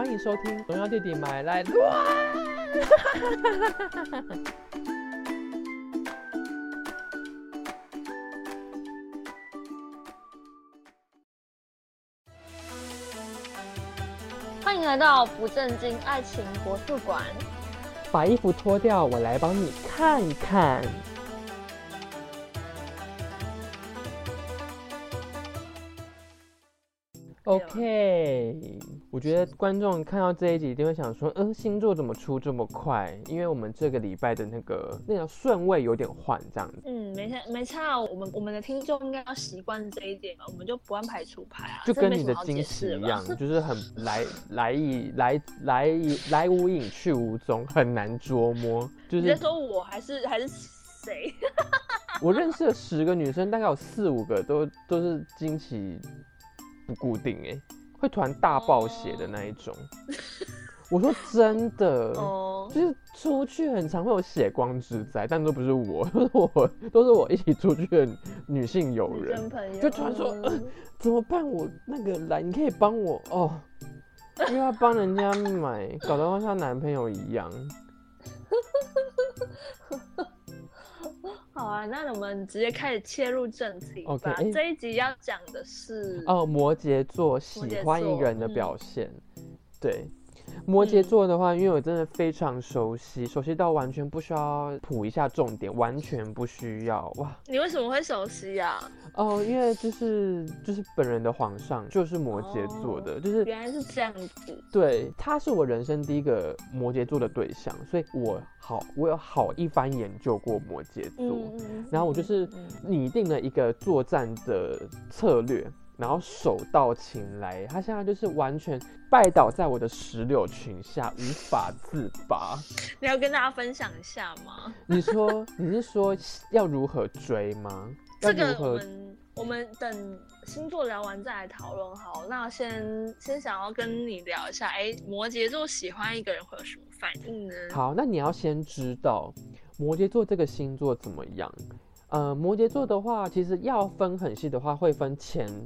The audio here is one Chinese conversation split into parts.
欢迎收听《荣耀弟弟买来乱》。 欢迎来到不正经爱情国术馆。 把衣服脱掉，我来帮你看看。OK， 我觉得观众看到这一集一定会想说，星座怎么出这么快？因为我们这个礼拜的那个顺位有点换，这样子。 没差，我们的听众应该要习惯这一点，我们就不安排出牌啊， 就跟你的惊喜一样，就是很来无影去无踪，很难捉摸。就是你在说我还是谁？ 我认识的10个女生，大概有4、5个都是惊奇不固定会突然大爆血的那一种。我说真的，就是出去很常会有血光之灾，但都不是我，都是我一起出去的女性友人，就突然说，怎么办？我那个来，你可以帮我哦，又要帮人家买，搞得像男朋友一样。 好啊，那我们直接开始切入正题吧。Okay, 这一集要讲的是摩羯座喜欢一个人的表现。对，摩羯座的话，因为我真的非常熟悉到完全不需要补一下重点，完全不需要哇！ 你为什么会熟悉啊？ 因为就是本人的皇上就是摩羯座的，就是原来是这样子。 对，他是我人生第一个摩羯座的对象，所以我有好一番研究过摩羯座，然后我就是拟定了一个作战的策略。然后手到擒来，他现在就是完全拜倒在我的石榴裙下，无法自拔。 你要跟大家分享一下吗？ 你是说要如何追吗？ 这个我们等星座聊完再来讨论好。那先想要跟你聊一下，摩羯座喜欢一个人会有什么反应呢？ 好，那你要先知道摩羯座这个星座怎么样。摩羯座的话，其实要分很细的话，会分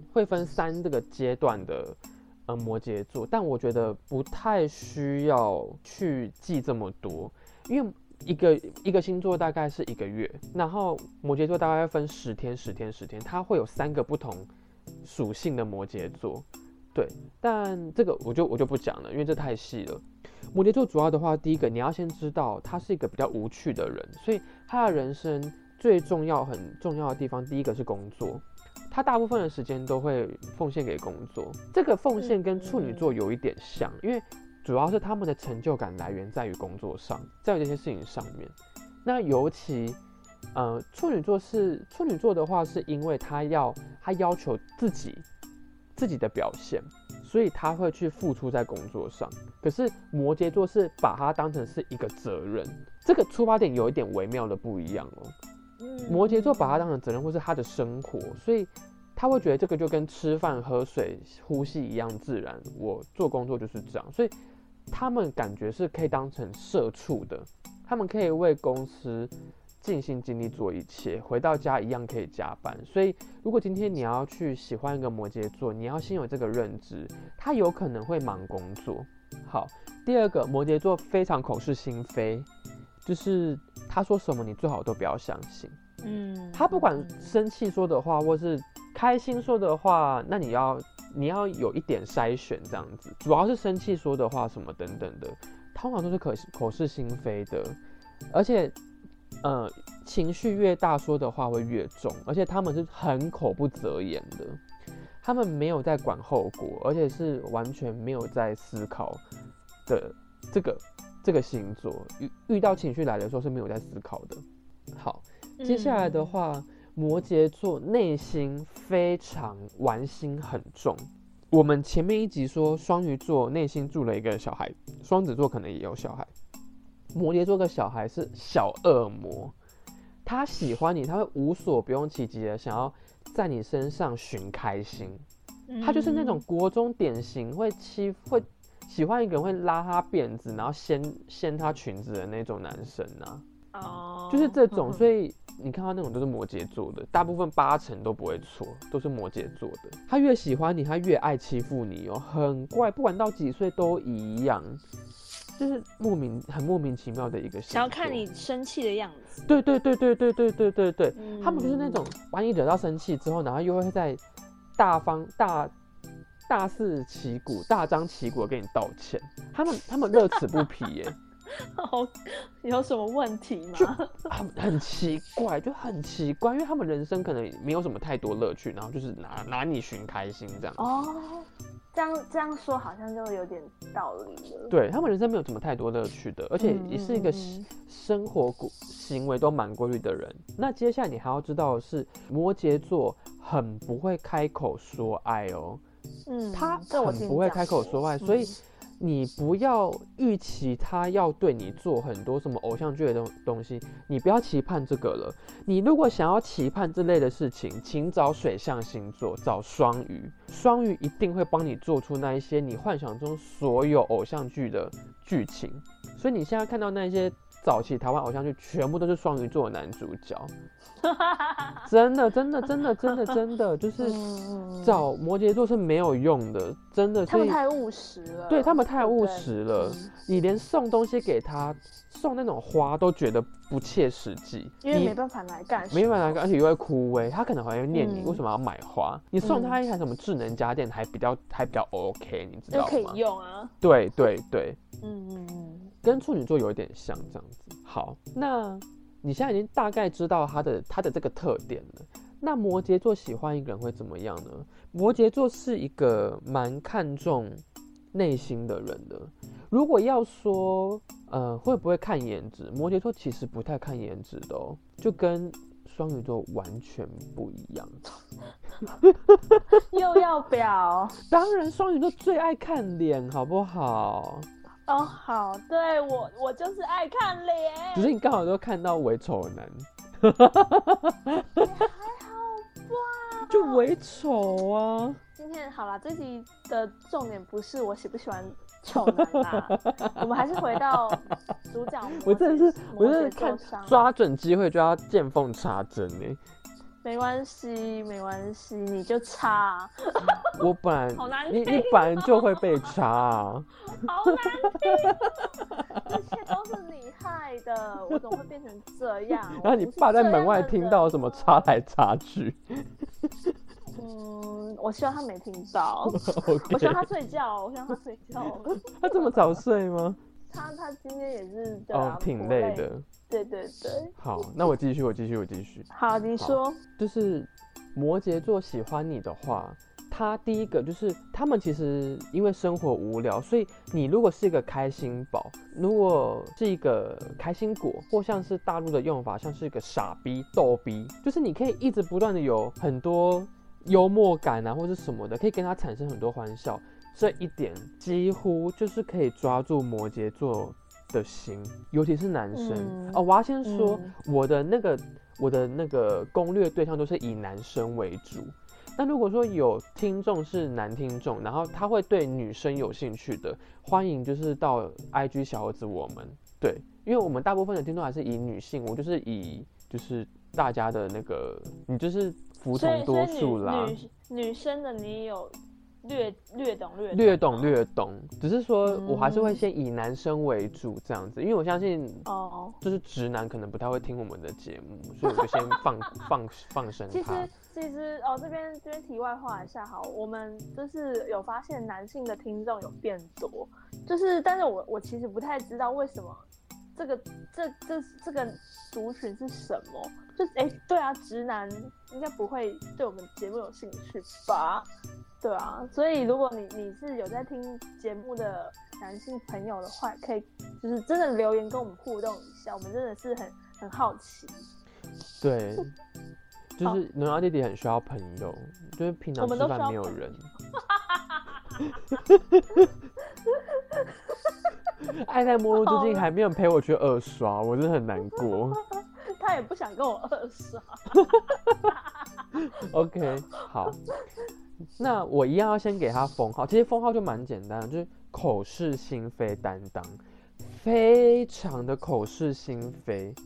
3这个阶段的摩羯座，但我觉得不太需要去记这么多，因为一个星座大概是1个月，然后摩羯座大概会分10天，它会有3个不同属性的摩羯座，对，但这个我就不讲了，因为这太细了。摩羯座主要的话，第一个你要先知道他是一个比较无趣的人，所以他的人生最重要很重要的地方，第一个是工作，他大部分的时间都会奉献给工作。这个奉献跟处女座有一点像，因为主要是他们的成就感来源在于工作上，在于这些事情上面。那尤其处女座的话，是因为他要求自己的表现，所以他会去付出在工作上。可是摩羯座是把它当成是一个责任，这个出发点有一点微妙的不一样哦。摩羯座把它当成责任或是他的生活，所以他会觉得这个就跟吃饭、喝水、呼吸一样自然。我做工作就是这样，所以他们感觉是可以当成社畜的，他们可以为公司尽心尽力做一切，回到家一样可以加班。所以如果今天你要去喜欢一个摩羯座，你要先有这个认知，他有可能会忙工作。好，第二个，摩羯座非常口是心非，就是他说什么你最好都不要相信。他不管生气说的话或是开心说的话，那你要有一点筛选这样子，主要是生气说的话什么等等的，通常都是口是心非的，而且情绪越大说的话会越重，而且他们是很口不择言的，他们没有在管后果，而且是完全没有在思考的这个星座，遇到情绪来的时候是没有在思考的。好，接下来的话，摩羯座内心非常玩心很重。我们前面一集说双鱼座内心住了一个小孩，双子座可能也有小孩，摩羯座的小孩是小恶魔，他喜欢你，他会无所不用其极的想要在你身上寻开心。他就是那种国中典型会喜欢一个人会拉他辫子，然后掀他裙子的那种男生啊。就是这种，所以你看到那种都是摩羯座的，大部分80%都不会错，都是摩羯座的。他越喜欢你，他越爱欺负你哦，很怪，不管到几岁都一样，就是很莫名其妙的一个星座。 想要看你生气的样子。 对，他们就是那种把你惹到生气之后，然后又会在大肆旗鼓、大张旗鼓的跟你道歉，他们乐此不疲耶。 有什么问题吗？ 就很奇怪，就很奇怪，因为他们人生可能没有什么太多乐趣，然后就是拿你寻开心这样。 哦，这样说好像就有点道理了。 对，他们人生没有什么太多乐趣的，而且也是一个生活行为都蛮规律的人。那接下来你还要知道的是，摩羯座很不会开口说爱哦。他很不会开口说爱，所以你不要预期他要对你做很多什么偶像剧的东西，你不要期盼这个了。你如果想要期盼这类的事情，请找水象星座，找双鱼。双鱼一定会帮你做出那一些你幻想中所有偶像剧的剧情。所以你现在看到那些早期台湾偶像剧，全部都是双鱼座的男主角。真的，就是找摩羯座是没有用的，真的。 他们太务实了。对， 他们太务实了。你连送东西给他，送那种花都觉得不切实际， 因为没办法来干， 而且又会枯萎。他可能还会念你为什么要买花。你送他一台什么智能家电，还比较 OK， 你知道吗？ 就可以用啊。 对，跟处女座有一点像这样子。好，那你现在已经大概知道他的这个特点了。那摩羯座喜欢一个人会怎么样呢？摩羯座是一个蛮看重内心的人的。如果要说会不会看颜值，摩羯座其实不太看颜值的哦，就跟双鱼座完全不一样。 又要表？ 当然，双鱼座最爱看脸，好不好？ 哦，好，对我就是爱看脸， 只是你刚好都看到伪丑男， 还好吧？ 就伪丑啊！ 今天好啦，这集的重点不是我喜不喜欢丑男啦，我们还是回到主角。 我真的看抓准机会就要见缝插针哎。 没关系，你就插。 我本来好难听， 你本来就会被插啊。 好难听，这些都是你害的，我怎么会变成这样？ 然后你爸在门外听到什么插来插去。 我希望他没听到。 Okay. 我希望他睡觉， 他这么早睡吗？ 他今天也是挺累的。 对。 好，那我继续。 好，你说。 就是摩羯座喜欢你的话，他第一个就是他们其实因为生活无聊，所以你如果是一个开心宝，如果是一个开心果，或像是大陆的用法，像是一个傻逼、逗逼，就是你可以一直不断的有很多幽默感啊，或是什么的，可以跟他产生很多欢笑。这一点几乎就是可以抓住摩羯座的心，尤其是男生。我要先说，我的那个攻略对象都是以男生为主。那如果说有听众是男听众，然后他会对女生有兴趣的，欢迎就是到 IG 小盒子我们。对，因为我们大部分的听众还是以女性，我就是以就是大家的那个，你就是服从多数啦。 女生的你有略懂，只是说我还是会先以男生为主这样子，因为我相信就是直男可能不太会听我们的节目，所以我就先放生他。 其实这边题外话一下，好，我们就是有发现男性的听众有变多，就是但是我其实不太知道为什么这个族群是什么，就对啊，直男应该不会对我们节目有兴趣吧？对啊，所以如果你是有在听节目的男性朋友的话，可以就是真的留言跟我们互动一下，我们真的是很好奇。 对，就是农药弟弟很需要朋友，就是平常吃饭没有人。爱在末路最近还没有陪我去二刷，我真的很难过。 他也不想跟我二刷。 OK， 好。那我一样要先给他封号，其实封号就蛮简单的，就是口是心非担当，非常的口是心非。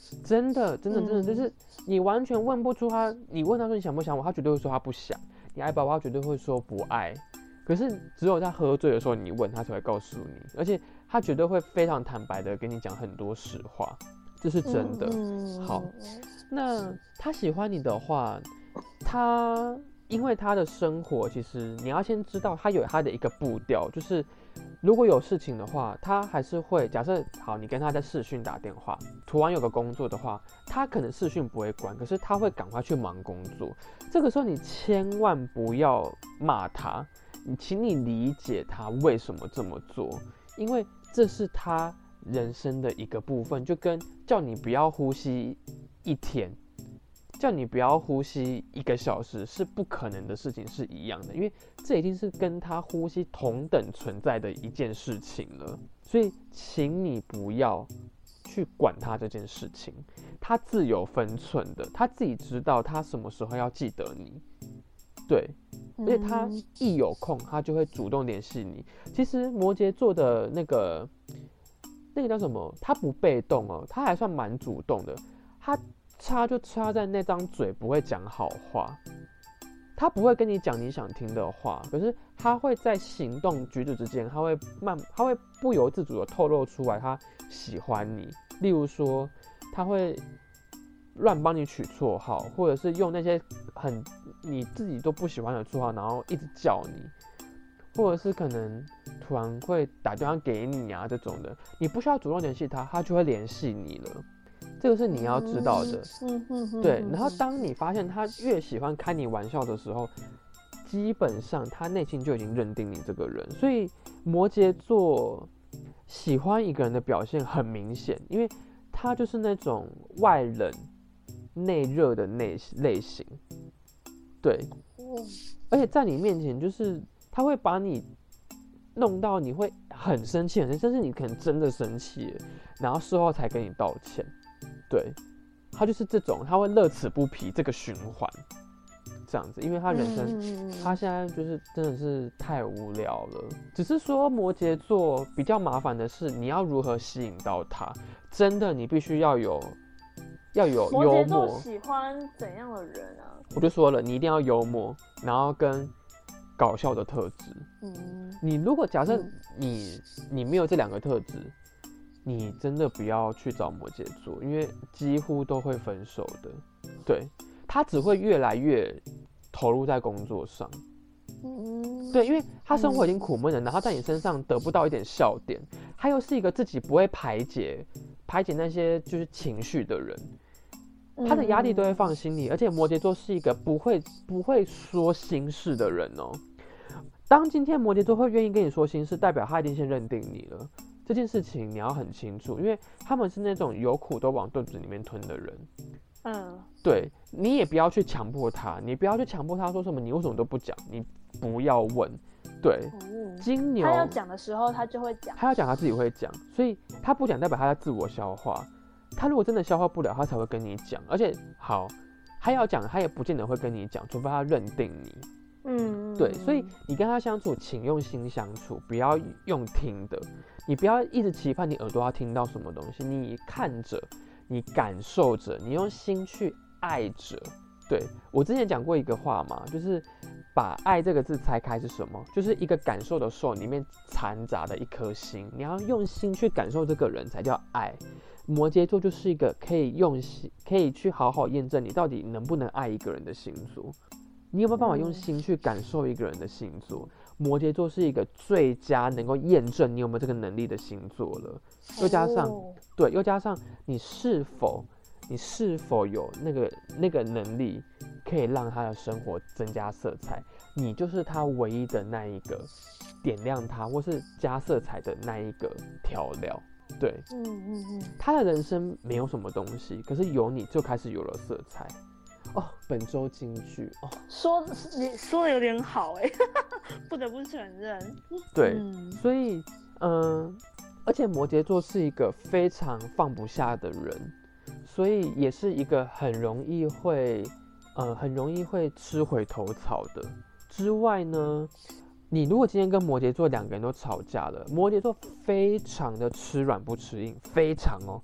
真的，就是你完全问不出他，你问他说你想不想我，他绝对会说他不想；你爱不爱我，他绝对会说不爱。可是只有他喝醉的时候，你问他才会告诉你，而且他绝对会非常坦白的跟你讲很多实话，这是真的。好，那他喜欢你的话，因为他的生活，其实你要先知道他有他的一个步调，就是如果有事情的话，他还是会假设好，你跟他在视讯打电话，突然有个工作的话，他可能视讯不会关，可是他会赶快去忙工作。这个时候你千万不要骂他，请你理解他为什么这么做，因为这是他人生的一个部分，就跟叫你不要呼吸一天，叫你不要呼吸1个小时是不可能的事情是一样的，因为这已经是跟他呼吸同等存在的一件事情了。所以请你不要去管他这件事情，他自有分寸的，他自己知道他什么时候要记得你。对，而且他一有空，他就会主动联系你。其实摩羯座的那个叫什么？他不被动哦，他还算蛮主动的。他插就插在那张嘴，不会讲好话。他不会跟你讲你想听的话，可是他会在行动举止之间，他会不由自主的透露出来他喜欢你。例如说，他会乱帮你取绰号，或者是用那些你自己都不喜欢的绰号，然后一直叫你，或者是可能突然会打电话给你啊这种的，你不需要主动联系他，他就会联系你了。这个是你要知道的。对，然后当你发现他越喜欢开你玩笑的时候，基本上他内心就已经认定你这个人。所以摩羯座喜欢一个人的表现很明显，因为他就是那种外冷内热的类型。对，而且在你面前就是他会把你弄到你会很生气，甚至你可能真的生气了，然后事后才跟你道歉。对，他就是这种，他会乐此不疲这个循环，这样子，因为他人生，他现在就是真的是太无聊了。只是说摩羯座比较麻烦的是，你要如何吸引到他，真的你必须要有幽默。 摩羯座喜欢怎样的人啊？ 我就说了，你一定要幽默，然后跟搞笑的特质。你如果假设你没有这2个特质，你真的不要去找摩羯座，因为几乎都会分手的。对，他只会越来越投入在工作上。对，因为他生活已经苦闷了，然后在你身上得不到一点笑点，他又是一个自己不会排解那些就是情绪的人，他的压力都会放心里，而且摩羯座是一个不会说心事的人哦。当今天摩羯座会愿意跟你说心事，代表他已经先认定你了。这件事情你要很清楚，因为他们是那种有苦都往肚子里面吞的人。对，你也不要去强迫他，你不要去强迫他说什么，你为什么都不讲，你不要问。对，金牛他要讲的时候他就会讲， 他要讲他自己会讲，所以他不讲代表他在自我消化。他如果真的消化不了，他才会跟你讲。而且好，他要讲，他也不见得会跟你讲，除非他认定你。对，所以你跟他相处，请用心相处，不要用听的。你不要一直期盼你耳朵要听到什么东西，你看着，你感受着，你用心去爱着。对，我之前讲过一个话嘛，就是把爱这个字拆开是什么？就是一个感受的受里面掺杂的一颗心，你要用心去感受这个人才叫爱。摩羯座就是一个可以用心，可以去好好验证你到底能不能爱一个人的星座。你有没有办法用心去感受一个人的星座？摩羯座是一个最佳能够验证你有没有这个能力的星座了。又加上，对，又加上你是否有那个能力，可以让他的生活增加色彩？你就是他唯一的那一个点亮他或是加色彩的那一个调料。对，他的人生没有什么东西，可是有你就开始有了色彩。哦，本周金句哦， 你说的有点好哎，不得不承认。 对，所以而且摩羯座是一个非常放不下的人，所以也是一个很容易会吃回头草的。之外呢，你如果今天跟摩羯座2个人都吵架了，摩羯座非常的吃软不吃硬，非常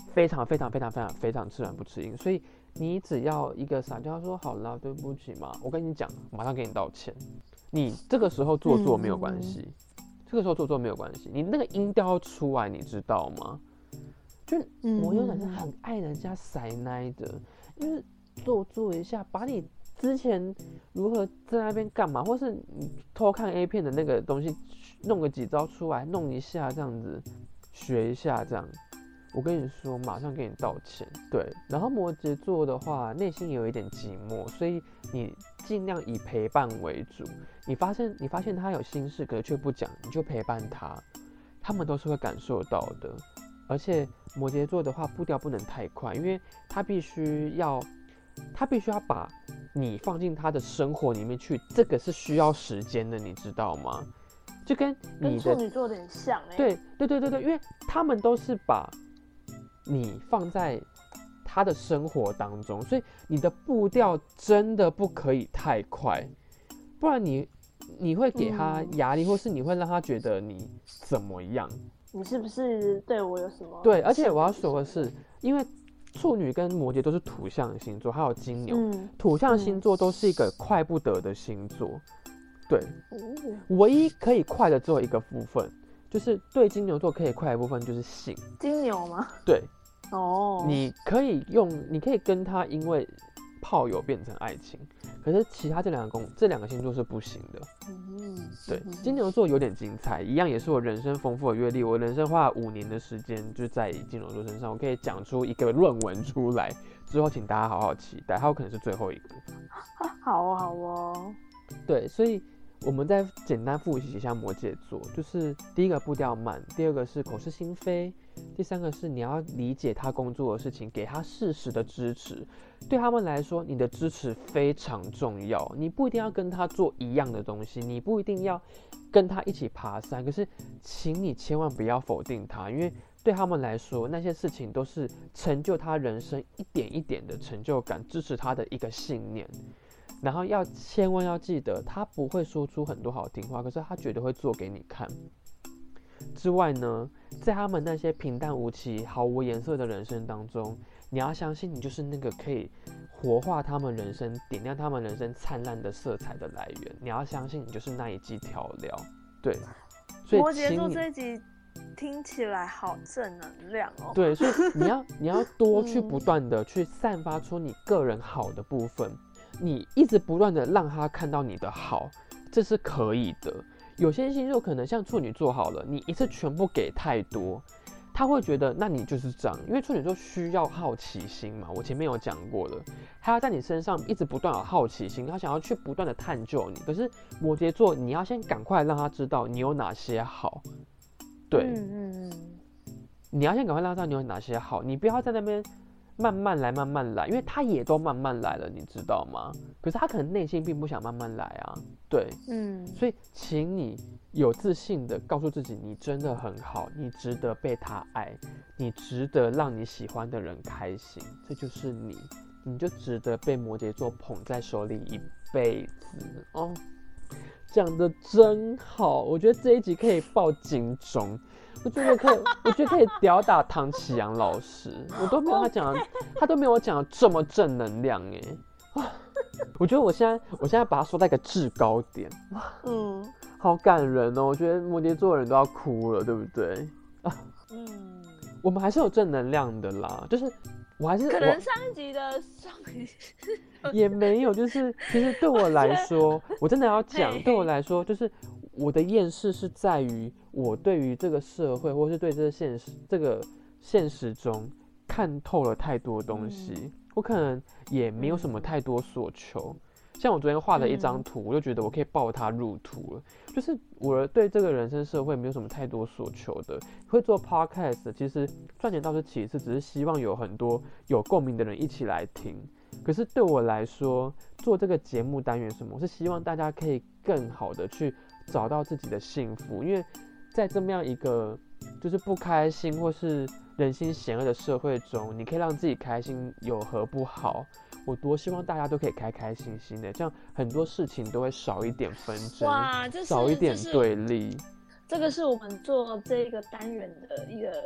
非常非常非常非常非常吃软不吃硬，所以你只要一个撒娇说好啦，对不起嘛，我跟你讲，马上给你道歉。你这个时候做作没有关系，这个时候做作没有关系，你那个音调要出来，你知道吗？就摩羯男是很爱人家塞奶的，就是做一下，把你之前如何在那边干嘛，或是你偷看 A 片的那个东西，弄个几招出来，弄一下这样子，学一下这样。我跟你说，马上给你道歉。对，然后摩羯座的话，内心也有一点寂寞，所以你尽量以陪伴为主。你发现他有心事，可是却不讲，你就陪伴他，他们都是会感受到的。而且摩羯座的话，步调不能太快，因为他必须要把你放进他的生活里面去，这个是需要时间的，你知道吗？就跟你的处女座有点像对，因为他们都是把你放在他的生活当中，所以你的步调真的不可以太快，不然你会给他压力，或是你会让他觉得你怎么样？ 你是不是对我有什么？ 对，而且我要说的是，因为处女跟摩羯都是土象星座，还有金牛，土象星座都是一个快不得的星座。对，唯一可以快的只有一个部分，就是对金牛座可以快的部分就是性。 金牛吗？ 对， 你可以跟他因为炮友变成爱情，可是其他这两个星座是不行的。对，金牛座有点精彩，一样也是我人生丰富的阅历。我人生花了5年的时间，就是在金牛座身上，我可以讲出一个论文出来。之后，请大家好好期待，它有可能是最后一个。 好哦。 对，所以我们再简单复习一下摩羯座，就是第一个步调慢，第二个是口是心非，第三个是你要理解他工作的事情，给他适时的支持。对他们来说，你的支持非常重要。你不一定要跟他做一样的东西，你不一定要跟他一起爬山，可是请你千万不要否定他，因为对他们来说，那些事情都是成就他人生一点一点的成就感，支持他的一个信念。然后千万要记得，他不会说出很多好听话，可是他绝对会做给你看。之外呢，在他们那些平淡无奇、毫无颜色的人生当中，你要相信你就是那个可以活化他们人生、点亮他们人生灿烂的色彩的来源。你要相信你就是那一剂调料。对，所以摩羯座这一集听起来好正能量哦。 对，所以你要多去不断的去散发出你个人好的部分。你一直不断的让他看到你的好，这是可以的。有些星座可能像处女座好了，你一次全部给太多，他会觉得那你就是这样，因为处女座需要好奇心嘛，我前面有讲过了，他要在你身上一直不断有好奇心，他想要去不断的探究你。可是摩羯座，你要先赶快让他知道你有哪些好，对，你要先赶快让他知道你有哪些好，你不要在那边慢慢来，因为他也都慢慢来了，你知道吗？可是他可能内心并不想慢慢来啊，对，所以请你有自信的告诉自己，你真的很好，你值得被他爱，你值得让你喜欢的人开心，这就是你就值得被摩羯座捧在手里一辈子哦。讲得真好，我觉得这一集可以报金钟。我觉得可以吊打唐启阳老师，他都没有讲的这么正能量哎，我觉得我现在把它说到一个制高点，好感人哦，我觉得摩羯座的人都要哭了，对不对？我们还是有正能量的啦，就是我还是可能上一集也没有，就是其实对我来说，我真的要讲，对我来说就是我的厌世是在于我对于这个社会，或是对这个现实中看透了太多东西，我可能也没有什么太多所求。像我昨天画的一张图，我就觉得我可以抱它入土了。就是我对这个人生社会没有什么太多所求的。会做 podcast， 其实赚钱倒是其次，只是希望有很多有共鸣的人一起来听。可是对我来说，做这个节目单元什么，我是希望大家可以更好的去找到自己的幸福，因为在这么样一个就是不开心或是人心险恶的社会中，你可以让自己开心，有何不好？我多希望大家都可以开开心心的，这样很多事情都会少一点纷争，少一点对立。 这个是我们做这个单元的一个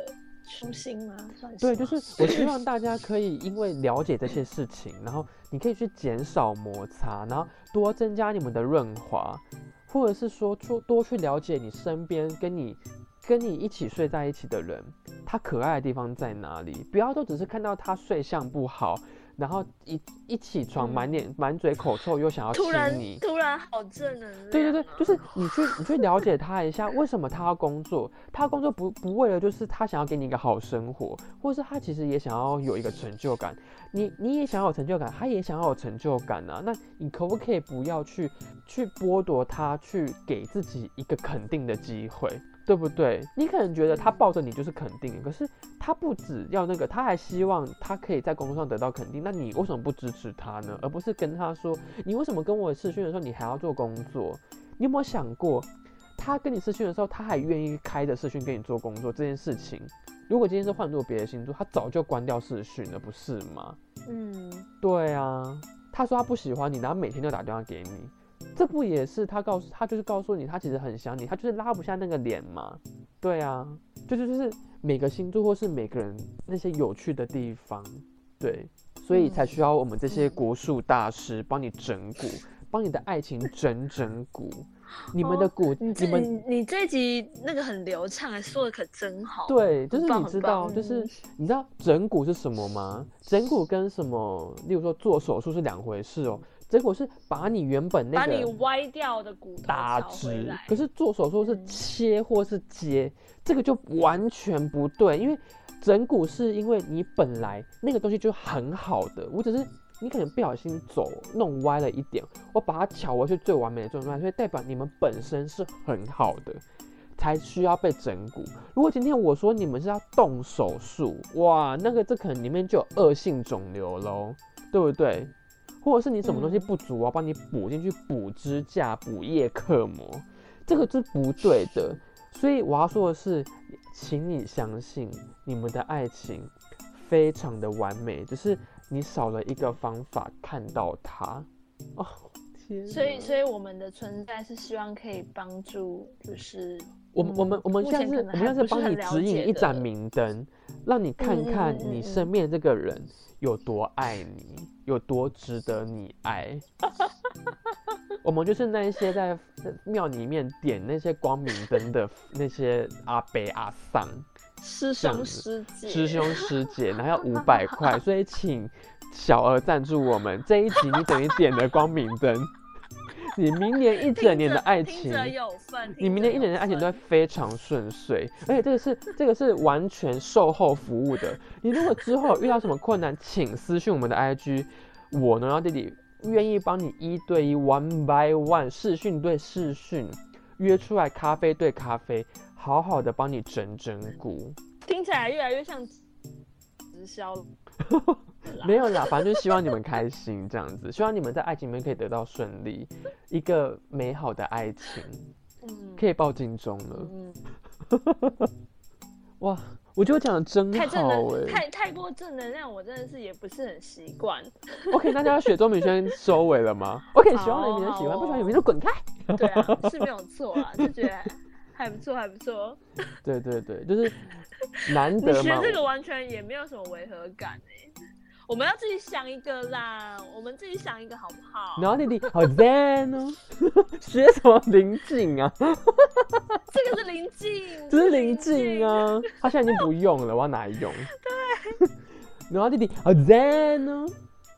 初心吗？算是对，就是我希望大家可以因为了解这些事情，然后你可以去减少摩擦，然后多增加你们的润滑，或者是说多去了解你身边跟你一起睡在一起的人，他可爱的地方在哪里？不要都只是看到他睡相不好，然后一起床满嘴口臭又想要亲你， 突然好正能量。 对，就是你去了解他一下，为什么他要工作？他要工作不为了就是他想要给你一个好生活，或是他其实也想要有一个成就感。你也想要有成就感，他也想要有成就感啊。那你可不可以不要去剥夺他，去给自己一个肯定的机会？对不对？你可能觉得他抱着你就是肯定，可是他不只要那个，他还希望他可以在工作上得到肯定。那你为什么不支持他呢？而不是跟他说，你为什么跟我视讯的时候你还要做工作？你有没有想过，他跟你视讯的时候，他还愿意开着视讯跟你做工作这件事情？如果今天是换做别的星座，他早就关掉视讯了，不是吗？对啊。他说他不喜欢你，然后每天都打电话给你。这不也是他就是告诉你，他其实很想你，他就是拉不下那个脸嘛。对啊，就是每个星座或是每个人那些有趣的地方，对，所以才需要我们这些国术大师帮你整蛊，帮你的爱情整蛊。你们的蛊， 你这一集那个很流畅，说的可真好。 对，就是你知道，你知道整蛊是什么吗？整蛊跟什么，例如说做手术是两回事哦。整蛊是把你原本那个把你歪掉的骨头打直，可是做手术是切或是接，这个就完全不对。因为整蛊是因为你本来那个东西就很好的，我只是你可能不小心弄歪了一点，我把它巧回去最完美的状态，所以代表你们本身是很好的，才需要被整蛊。如果今天我说你们是要动手术，哇，这可能里面就有恶性肿瘤咯，对不对？或者是你什么东西不足啊，帮你补进去，补支架、补叶克膜，这个是不对的。所以我要说的是，请你相信你们的爱情非常的完美，只是你少了一个方法看到它。哦，天哪！ 所以我们的存在是希望可以帮助，就是我们现在是帮你指引一盏明灯，让你看看你身边的这个人有多爱你，有多值得你爱。我们就是那一些在庙里面点那些光明灯的那些阿伯阿桑、 师兄师姐， 然后要500块，所以请小额赞助我们。这一集你等于点了光明灯。你明年一整年的爱情，你明年一整年的爱情都会非常顺遂，而且这个是完全售后服务的。你如果之后有遇到什么困难，请私讯我们的 IG， 我呢，然后弟弟愿意帮你1对1 one by one 视讯对视讯约出来咖啡对咖啡，好好的帮你整蛊。 听起来越来越像直销。 没有啦，反正就是希望你们开心这样子，希望你们在爱情里面可以得到顺利，一个美好的爱情，可以报金钟了。哇，我觉得我讲的真好太过正能量，我真的是也不是很习惯。 OK， 那就要学周明轩收尾了吗 ？OK， 喜欢的人喜欢，不喜欢的人就滚开。 对啊，是没有错啦，就觉得还不错。 对，就是难得嘛。 你学这个完全也没有什么违和感我们要自己想一个啦，我们自己想一个好不好？ 然后弟弟好赞哦，学什么林静啊？ 这个是林静， 这是林静啊，他现在已经不用了，我要拿来用。对。然后弟弟好赞哦。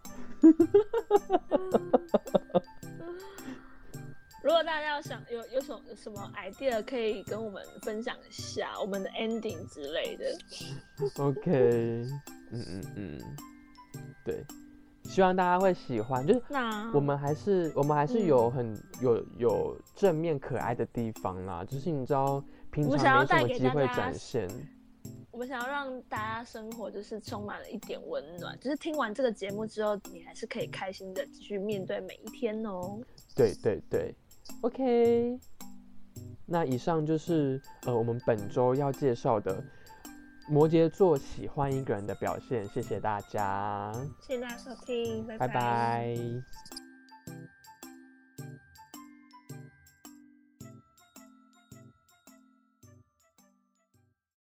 如果大家要想有什么 idea 可以跟我们分享一下，我们的 ending 之类的。 OK， 对，希望大家会喜欢。就是我们还是有有正面可爱的地方啦，就是你知道平常没什么机会展现。 我们想要让大家生活就是充满了一点温暖，就是听完这个节目之后，你还是可以开心的继续面对每一天哦。 对，OK。那以上就是我们本周要介绍的摩羯座喜欢一个人的表现，谢谢大家， 谢谢大家收听，拜拜拜。